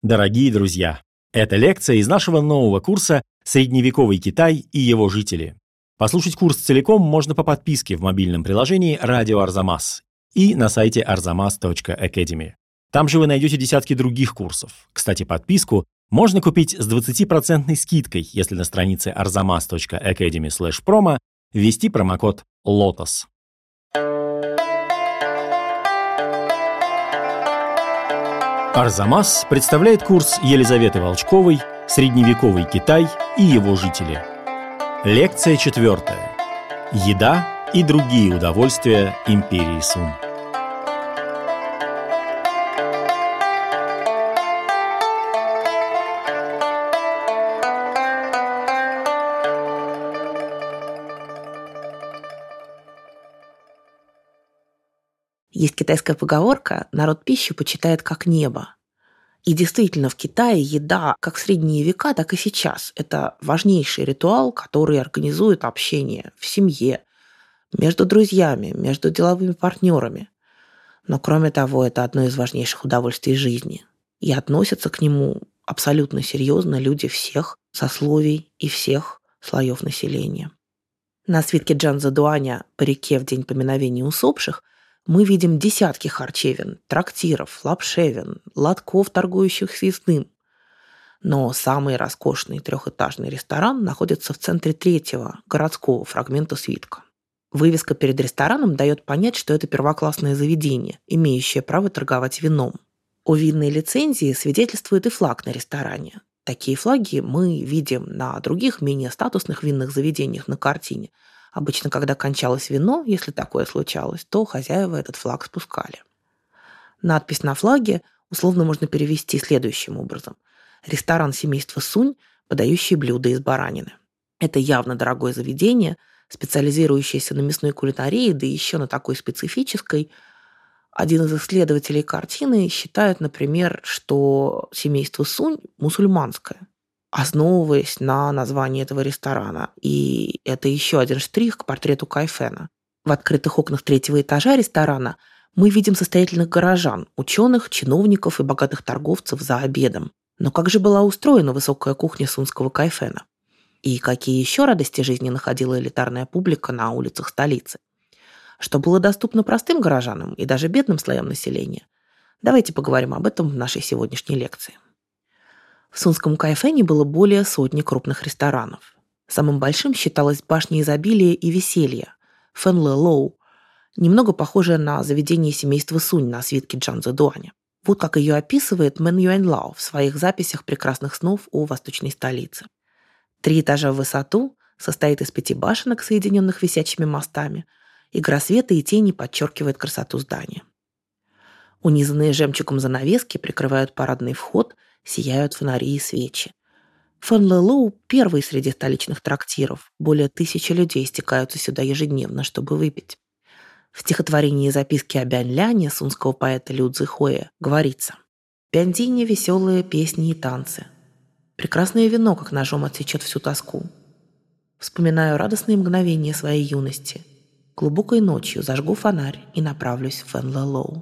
Дорогие друзья, это лекция из нашего нового курса «Средневековый Китай и его жители». Послушать курс целиком можно по подписке в мобильном приложении «Радио Арзамас» и на сайте arzamas.academy. Там же вы найдете десятки других курсов. Кстати, подписку можно купить с 20% скидкой, если на странице arzamas.academy/promo ввести промокод LOTUS. Арзамас представляет курс Елизаветы Волчковой «Средневековый Китай и его жители». Лекция 4. Еда и другие удовольствия империи Сун. Есть китайская поговорка «народ пищу почитает как небо». И действительно, в Китае еда как в средние века, так и сейчас. Это важнейший ритуал, который организует общение в семье, между друзьями, между деловыми партнерами. Но кроме того, это одно из важнейших удовольствий жизни. И относятся к нему абсолютно серьезно люди всех сословий и всех слоев населения. На свитке Чжанзе Дуаня «По реке в день поминовения усопших» мы видим десятки харчевин, трактиров, лапшевин, лотков, торгующих съестным. Но самый роскошный трехэтажный ресторан находится в центре третьего, городского фрагмента свитка. Вывеска перед рестораном дает понять, что это первоклассное заведение, имеющее право торговать вином. О винной лицензии свидетельствует и флаг на ресторане. Такие флаги мы видим на других, менее статусных винных заведениях на картине. Обычно, когда кончалось вино, если такое случалось, то хозяева этот флаг спускали. Надпись на флаге условно можно перевести следующим образом. Ресторан семейства Сунь, подающий блюда из баранины. Это явно дорогое заведение, специализирующееся на мясной кулинарии, да еще на такой специфической. Один из исследователей картины считает, например, что семейство Сунь мусульманское, основываясь на названии этого ресторана. И это еще один штрих к портрету Кайфена. В открытых окнах третьего этажа ресторана мы видим состоятельных горожан, ученых, чиновников и богатых торговцев за обедом. Но как же была устроена высокая кухня сунского Кайфена? И какие еще радости жизни находила элитарная публика на улицах столицы? Что было доступно простым горожанам и даже бедным слоям населения? Давайте поговорим об этом в нашей сегодняшней лекции. В сунском Кайфене было более сотни крупных ресторанов. Самым большим считалась башня изобилия и веселья – Фэнлэ Лоу, немного похожая на заведение семейства Сунь на свитке Чжанзе Дуаня. Вот как ее описывает Мэн Юаньлао в своих записях прекрасных снов о восточной столице. 3 этажа в высоту, состоит из 5 башенок, соединенных висячими мостами. Игра света и тени подчеркивает красоту здания. Унизанные жемчугом занавески прикрывают парадный вход, сияют фонари и свечи. Фэнлэ Лоу – первый среди столичных трактиров. Более 1000 людей стекаются сюда ежедневно, чтобы выпить. В стихотворении записки о Бянь-Ляне сунского поэта Лю Цзыхуэ говорится: «Бянь-Дине веселые песни и танцы. Прекрасное вино, как ножом отсечет всю тоску. Вспоминаю радостные мгновения своей юности. Глубокой ночью зажгу фонарь и направлюсь в Фэнлэ Лоу».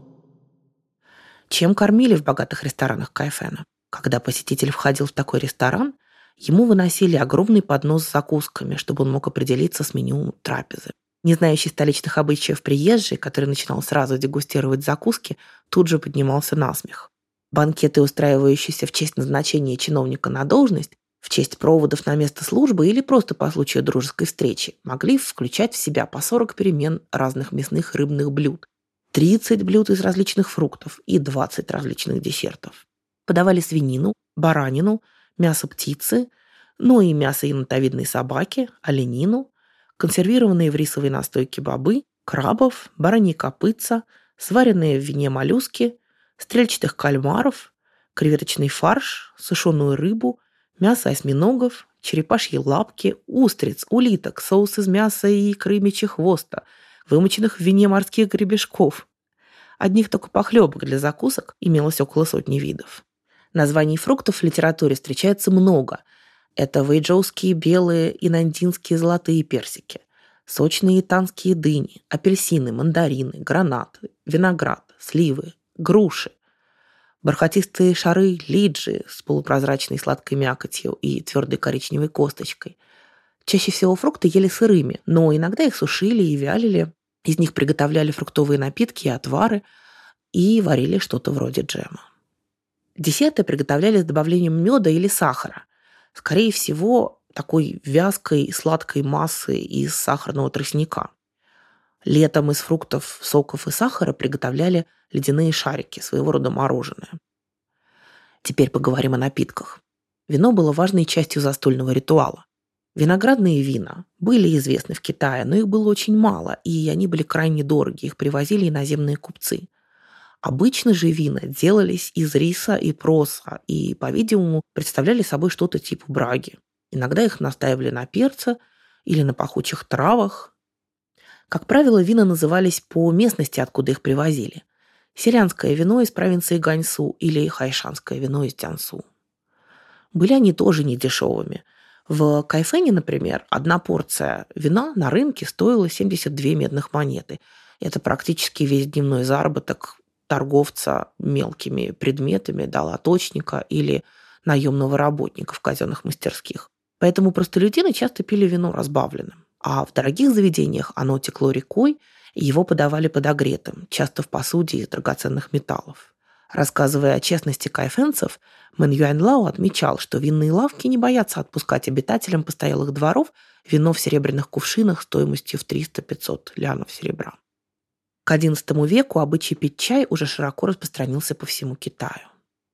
Чем кормили в богатых ресторанах Кайфена? Когда посетитель входил в такой ресторан, ему выносили огромный поднос с закусками, чтобы он мог определиться с меню трапезы. Не знающий столичных обычаев приезжий, который начинал сразу дегустировать закуски, тут же поднимался на смех. Банкеты, устраивающиеся в честь назначения чиновника на должность, в честь проводов на место службы или просто по случаю дружеской встречи, могли включать в себя по 40 перемен разных мясных и рыбных блюд, 30 блюд из различных фруктов и 20 различных десертов. Подавали свинину, баранину, мясо птицы, ну и мясо енотовидной собаки, оленину, консервированные в рисовой настойке бобы, крабов, бараньи копытца, сваренные в вине моллюски, стрельчатых кальмаров, креветочный фарш, сушеную рыбу, мясо осьминогов, черепашьи лапки, устриц, улиток, соус из мяса и икры мечехвоста, вымоченных в вине морских гребешков. Одних только похлебок для закусок имелось около 100 видов. Названий фруктов в литературе встречается много. Это вэйчжоуские белые и нандинские золотые персики, сочные танские дыни, апельсины, мандарины, гранаты, виноград, сливы, груши. бархатистые шары лиджи с полупрозрачной сладкой мякотью и твердой коричневой косточкой. Чаще всего фрукты ели сырыми, но иногда их сушили и вялили. Из них приготовляли фруктовые напитки и отвары и варили что-то вроде джема. Десерты приготовляли с добавлением меда или сахара. Скорее всего, такой вязкой сладкой массы из сахарного тростника. Летом из фруктов, соков и сахара приготовляли ледяные шарики, своего рода мороженое. Теперь поговорим о напитках. Вино было важной частью застольного ритуала. Виноградные вина были известны в Китае, но их было очень мало, и они были крайне дороги, их привозили иноземные купцы. Обычно же вина делались из риса и проса и, по-видимому, представляли собой что-то типа браги. Иногда их настаивали на перце или на пахучих травах. Как правило, вина назывались по местности, откуда их привозили. Сирянское вино из провинции Ганьсу или хайшанское вино из Цзянсу. Были они тоже недешевыми. В Кайфэне, например, одна порция вина на рынке стоила 72 медных монеты. Это практически весь дневной заработок торговца мелкими предметами, лоточника или наемного работника в казенных мастерских. Поэтому простолюдины часто пили вино разбавленным. А в дорогих заведениях оно текло рекой, и его подавали подогретым, часто в посуде из драгоценных металлов. Рассказывая о честности кайфэнцев, Мэн Юаньлао отмечал, что винные лавки не боятся отпускать обитателям постоялых дворов вино в серебряных кувшинах стоимостью в 300-500 лянов серебра. К XI веку обычай пить чай уже широко распространился по всему Китаю.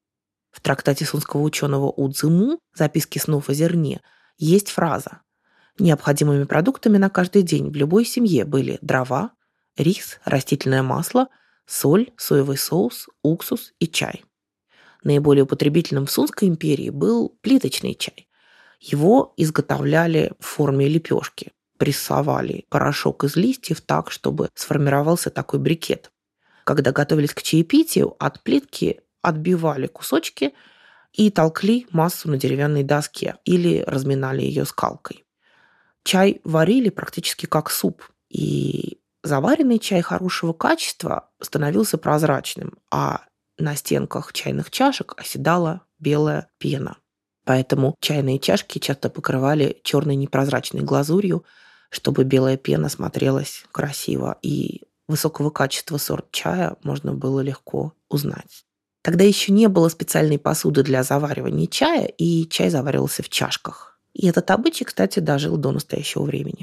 В трактате сунского ученого У Цзыму «Записки снов о зерне» есть фраза: «Необходимыми продуктами на каждый день в любой семье были дрова, рис, растительное масло, соль, соевый соус, уксус и чай». Наиболее употребительным в Сунской империи был плиточный чай. Его изготовляли в форме лепешки. Прессовали порошок из листьев так, чтобы сформировался такой брикет. Когда готовились к чаепитию, от плитки отбивали кусочки и толкли массу на деревянной доске или разминали ее скалкой. Чай варили практически как суп, и заваренный чай хорошего качества становился прозрачным, а на стенках чайных чашек оседала белая пена. Поэтому чайные чашки часто покрывали черной непрозрачной глазурью, чтобы белая пена смотрелась красиво, и высокого качества сорт чая можно было легко узнать. Тогда еще не было специальной посуды для заваривания чая, и чай заваривался в чашках. И этот обычай, кстати, дожил до настоящего времени.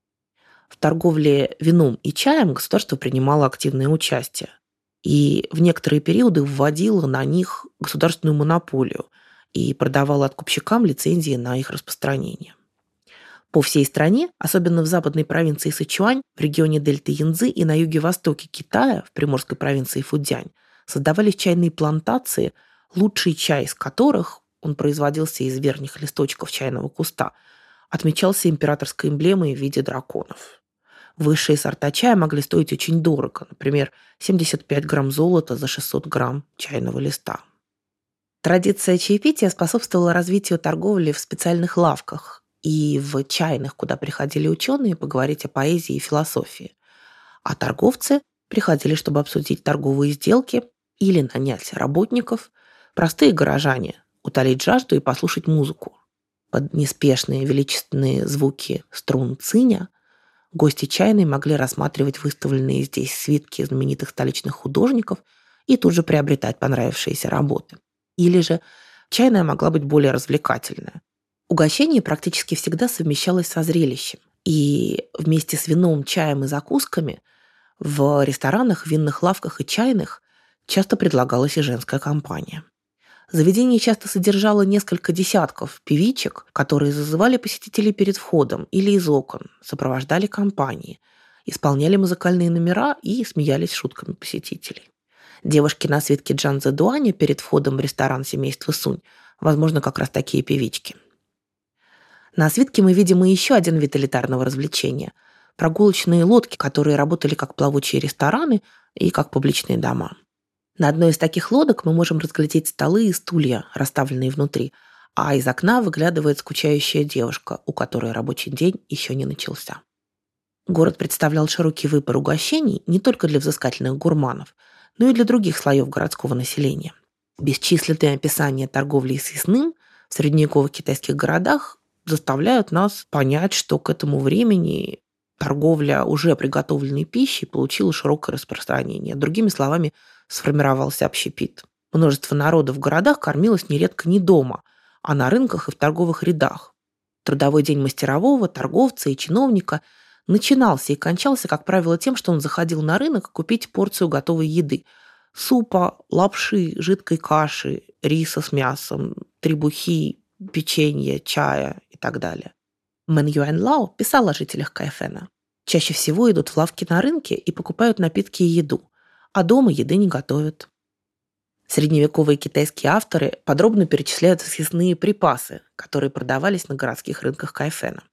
В торговле вином и чаем государство принимало активное участие, и в некоторые периоды вводило на них государственную монополию и продавало откупщикам лицензии на их распространение. По всей стране, особенно в западной провинции Сычуань, в регионе дельты Янцзы и на юге-востоке Китая, в приморской провинции Фудзянь, создавались чайные плантации, лучший чай из которых, он производился из верхних листочков чайного куста, отмечался императорской эмблемой в виде драконов. Высшие сорта чая могли стоить очень дорого, например, 75 грамм золота за 600 грамм чайного листа. Традиция чаепития способствовала развитию торговли в специальных лавках и в чайных, куда приходили ученые поговорить о поэзии и философии. А торговцы приходили, чтобы обсудить торговые сделки или нанять работников, простые горожане утолить жажду и послушать музыку. Под неспешные величественные звуки струн циня гости чайной могли рассматривать выставленные здесь свитки знаменитых столичных художников и тут же приобретать понравившиеся работы. Или же чайная могла быть более развлекательная. Угощение практически всегда совмещалось со зрелищем, и вместе с вином, чаем и закусками в ресторанах, винных лавках и чайных часто предлагалась и женская компания. Заведение часто содержало несколько десятков певичек, которые зазывали посетителей перед входом или из окон, сопровождали компании, исполняли музыкальные номера и смеялись шутками посетителей. Девушки на свитке Джан Цзэдуаня перед входом в ресторан семейства Сунь, возможно, как раз такие певички. На свитке мы видим и еще один вид элитарного развлечения – прогулочные лодки, которые работали как плавучие рестораны и как публичные дома. На одной из таких лодок мы можем разглядеть столы и стулья, расставленные внутри, а из окна выглядывает скучающая девушка, у которой рабочий день еще не начался. Город представлял широкий выбор угощений не только для взыскательных гурманов, но и для других слоев городского населения. Бесчисленные описания торговли съестным в средневековых китайских городах заставляют нас понять, что к этому времени торговля уже приготовленной пищей получила широкое распространение. Другими словами, сформировался общепит. Множество народа в городах кормилось нередко не дома, а на рынках и в торговых рядах. Трудовой день мастерового, торговца и чиновника начинался и кончался, как правило, тем, что он заходил на рынок купить порцию готовой еды. Супа, лапши, жидкой каши, риса с мясом, требухи, печенье, чая и так далее. Мэн Юаньлао писал о жителях Кайфэна. Чаще всего идут в лавки на рынке и покупают напитки и еду, а дома еды не готовят. Средневековые китайские авторы подробно перечисляют съестные припасы, которые продавались на городских рынках Кайфэна.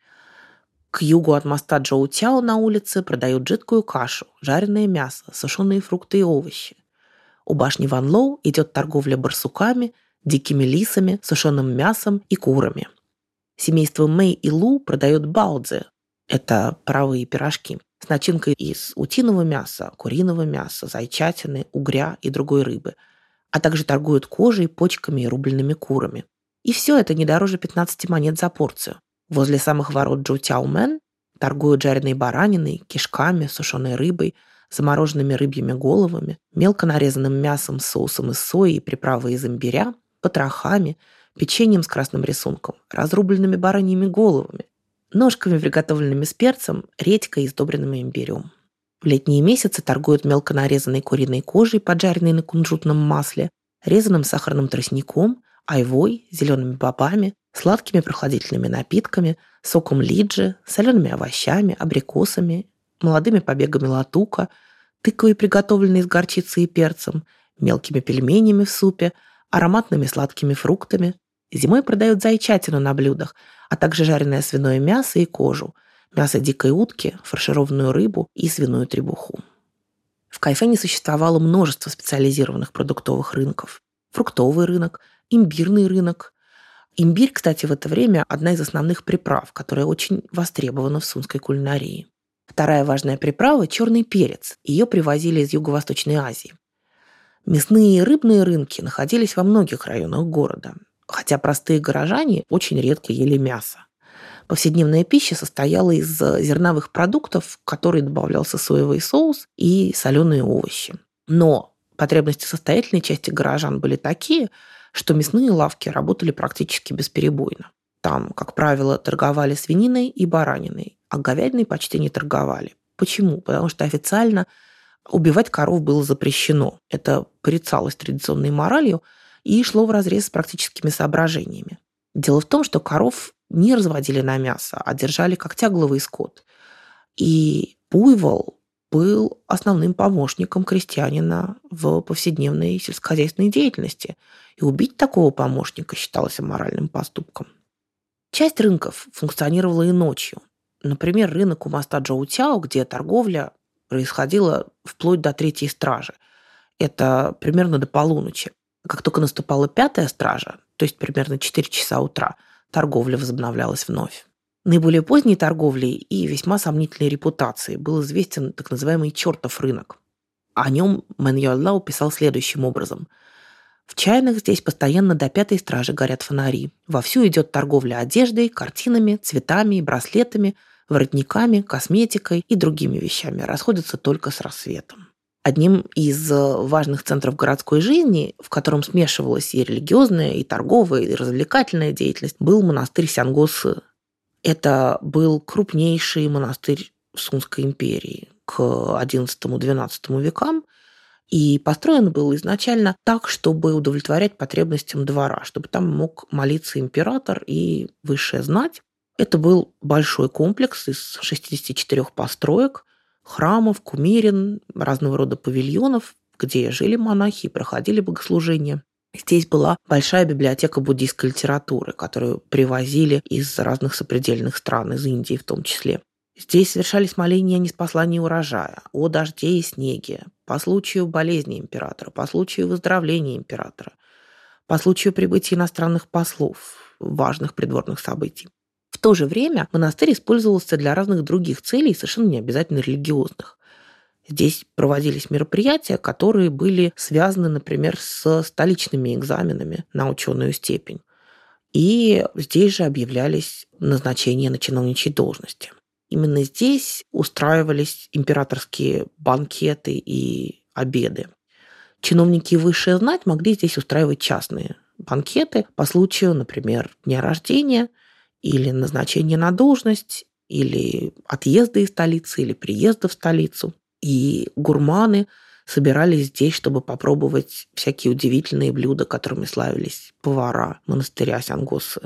К югу от моста Джоутяо на улице продают жидкую кашу, жареное мясо, сушеные фрукты и овощи. У башни Ванлоу идет торговля барсуками, дикими лисами, сушеным мясом и курами. Семейство Мэй и Лу продает баодзе – это паровые пирожки с начинкой из утиного мяса, куриного мяса, зайчатины, угря и другой рыбы, а также торгуют кожей, почками и рубленными курами. И все это не дороже 15 монет за порцию. Возле самых ворот Джоутяомэн торгуют жареной бараниной, кишками, сушеной рыбой, замороженными рыбьими головами, мелко нарезанным мясом с соусом из сои и приправой из имбиря, потрохами, печеньем с красным рисунком, разрубленными бараньими головами, ножками, приготовленными с перцем, редькой и сдобренным имбирем. В летние месяцы торгуют мелко нарезанной куриной кожей, поджаренной на кунжутном масле, резаным сахарным тростником, айвой, зелеными бобами, сладкими прохладительными напитками, соком лиджи, солеными овощами, абрикосами, молодыми побегами латука, тыквой, приготовленной с горчицей и перцем, мелкими пельменями в супе, ароматными сладкими фруктами. Зимой продают зайчатину на блюдах, а также жареное свиное мясо и кожу, мясо дикой утки, фаршированную рыбу и свиную требуху. В Кайфэне существовало множество специализированных продуктовых рынков. Фруктовый рынок, имбирный рынок. Имбирь, кстати, в это время одна из основных приправ, которая очень востребована в сунской кулинарии. Вторая важная приправа – черный перец. Ее привозили из Юго-Восточной Азии. Мясные и рыбные рынки находились во многих районах города, хотя простые горожане очень редко ели мясо. Повседневная пища состояла из зерновых продуктов, в которые добавлялся соевый соус и соленые овощи. Но потребности состоятельной части горожан были такие, что мясные лавки работали практически бесперебойно. Там, как правило, торговали свининой и бараниной, а говядиной почти не торговали. Почему? Потому что официально убивать коров было запрещено. Это порицалось традиционной моралью и шло вразрез с практическими соображениями. Дело в том, что коров не разводили на мясо, а держали как тягловый скот. И буйвол был основным помощником крестьянина в повседневной сельскохозяйственной деятельности. И убить такого помощника считалось аморальным поступком. Часть рынков функционировала и ночью. Например, рынок у моста Джоутяо, где торговля происходила вплоть до 3-й стражи. Это примерно до полуночи. Как только наступала 5-я стража, то есть примерно 4 часа утра, торговля возобновлялась вновь. Наиболее поздней торговлей и весьма сомнительной репутацией был известен так называемый «чертов рынок». О нем Мэн Юаньлао писал следующим образом. В чайных здесь постоянно до 5-й стражи горят фонари. Вовсю идет торговля одеждой, картинами, цветами и браслетами, воротниками, косметикой и другими вещами. Расходятся только с рассветом. Одним из важных центров городской жизни, в котором смешивалась и религиозная, и торговая, и развлекательная деятельность, был монастырь Сянгосы. Это был крупнейший монастырь в Сунской империи к XI-XII векам, и построен был изначально так, чтобы удовлетворять потребностям двора, чтобы там мог молиться император и высшая знать. Это был большой комплекс из 64 построек, храмов, кумирин, разного рода павильонов, где жили монахи и проходили богослужения. Здесь была большая библиотека буддийской литературы, которую привозили из разных сопредельных стран, из Индии в том числе. Здесь совершались моления о неспослании урожая, о дожде и снеге, по случаю болезни императора, по случаю выздоровления императора, по случаю прибытия иностранных послов, важных придворных событий. В то же время монастырь использовался для разных других целей, совершенно не обязательно религиозных. Здесь проводились мероприятия, которые были связаны, например, с столичными экзаменами на ученую степень. И здесь же объявлялись назначения на чиновничьи должности. Именно здесь устраивались императорские банкеты и обеды. Чиновники и высшая знать могли здесь устраивать частные банкеты по случаю, например, дня рождения или назначения на должность, или отъезда из столицы, или приезда в столицу. И гурманы собирались здесь, чтобы попробовать всякие удивительные блюда, которыми славились повара монастыря Сянгосы.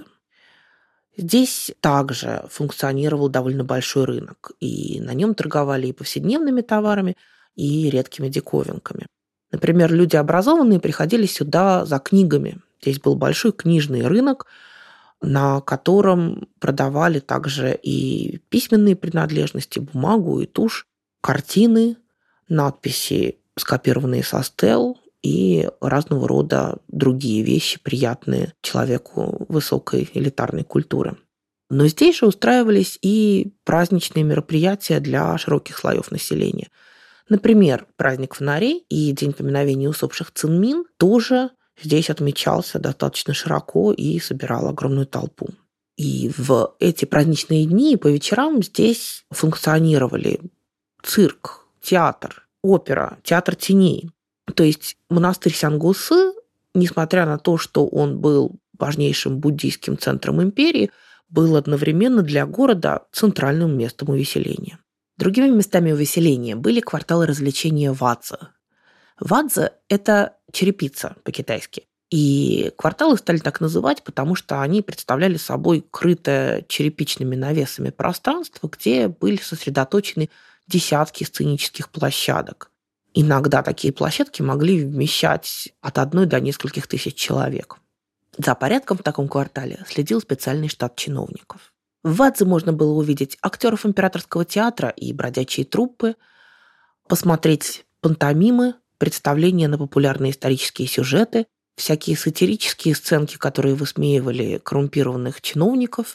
Здесь также функционировал довольно большой рынок, и на нем торговали и повседневными товарами, и редкими диковинками. Например, люди образованные приходили сюда за книгами. Здесь был большой книжный рынок, на котором продавали также и письменные принадлежности, бумагу и тушь, картины, надписи, скопированные со стел, и разного рода другие вещи, приятные человеку высокой элитарной культуры. Но здесь же устраивались и праздничные мероприятия для широких слоев населения. Например, праздник фонарей и День поминовения усопших Цинмин тоже здесь отмечался достаточно широко и собирал огромную толпу. И в эти праздничные дни по вечерам здесь функционировали цирк, театр, опера, театр теней. То есть монастырь Сянгосы, несмотря на то, что он был важнейшим буддийским центром империи, был одновременно для города центральным местом увеселения. Другими местами увеселения были кварталы развлечения Вадзе. Вадзе – это черепица по-китайски. И кварталы стали так называть, потому что они представляли собой крытое черепичными навесами пространство, где были сосредоточены десятки сценических площадок. Иногда такие площадки могли вмещать от 1 до нескольких тысяч человек. За порядком в таком квартале следил специальный штат чиновников. В Вадзе можно было увидеть актеров императорского театра и бродячие труппы, посмотреть пантомимы, представления на популярные исторические сюжеты, всякие сатирические сценки, которые высмеивали коррумпированных чиновников,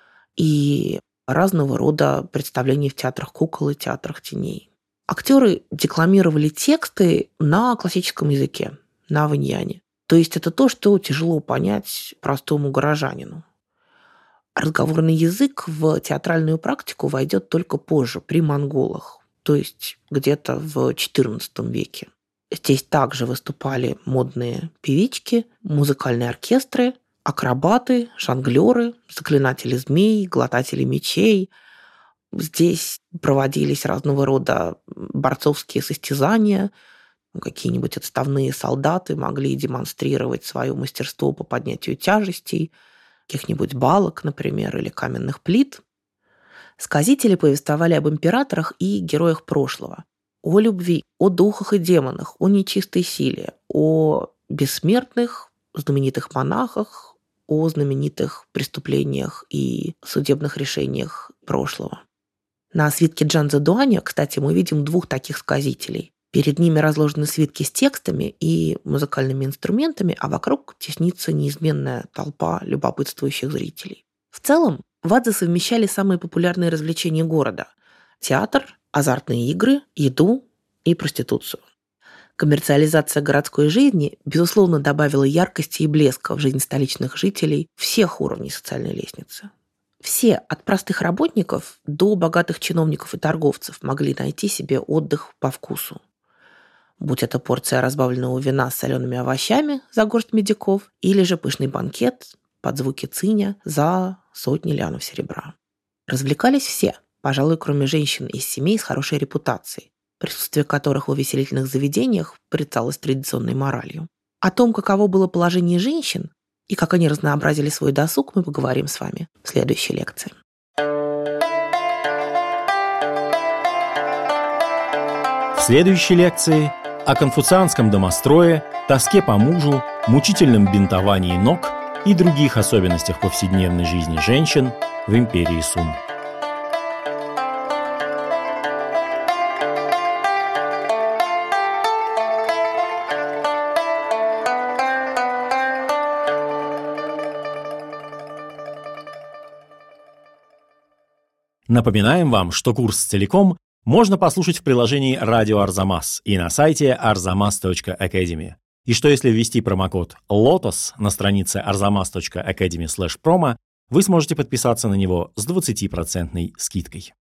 и разного рода представления в театрах кукол и театрах теней. Актеры декламировали тексты на классическом языке, на ваньяне. То есть это то, что тяжело понять простому горожанину. Разговорный язык в театральную практику войдет только позже, при монголах, то есть где-то в XIV веке. Здесь также выступали модные певички, музыкальные оркестры, акробаты, жонглеры, заклинатели змей, глотатели мечей. Здесь проводились разного рода борцовские состязания. Какие-нибудь отставные солдаты могли демонстрировать свое мастерство по поднятию тяжестей, каких-нибудь балок, например, или каменных плит. Сказители повествовали об императорах и героях прошлого, о любви, о духах и демонах, о нечистой силе, о бессмертных, знаменитых монахах, о знаменитых преступлениях и судебных решениях прошлого. На свитке Джанзе Дуаня, кстати, мы видим 2 таких сказителей. Перед ними разложены свитки с текстами и музыкальными инструментами, а вокруг теснится неизменная толпа любопытствующих зрителей. В целом, Вадзе совмещали самые популярные развлечения города – театр, азартные игры, еду и проституцию. Коммерциализация городской жизни, безусловно, добавила яркости и блеска в жизнь столичных жителей всех уровней социальной лестницы. Все, от простых работников до богатых чиновников и торговцев, могли найти себе отдых по вкусу. Будь это порция разбавленного вина с солеными овощами за горсть медиков или же пышный банкет под звуки циня за сотни лянов серебра. Развлекались все, пожалуй, кроме женщин из семей с хорошей репутацией, присутствие которых в увеселительных заведениях порицалось традиционной моралью. О том, каково было положение женщин и как они разнообразили свой досуг, мы поговорим с вами в следующей лекции. В следующей лекции о конфуцианском домострое, тоске по мужу, мучительном бинтовании ног и других особенностях повседневной жизни женщин в империи Сун. Напоминаем вам, что курс целиком можно послушать в приложении «Радио Арзамас» и на сайте arzamas.academy. И что если ввести промокод LOTOS на странице arzamas.academy/promo, вы сможете подписаться на него с 20% скидкой.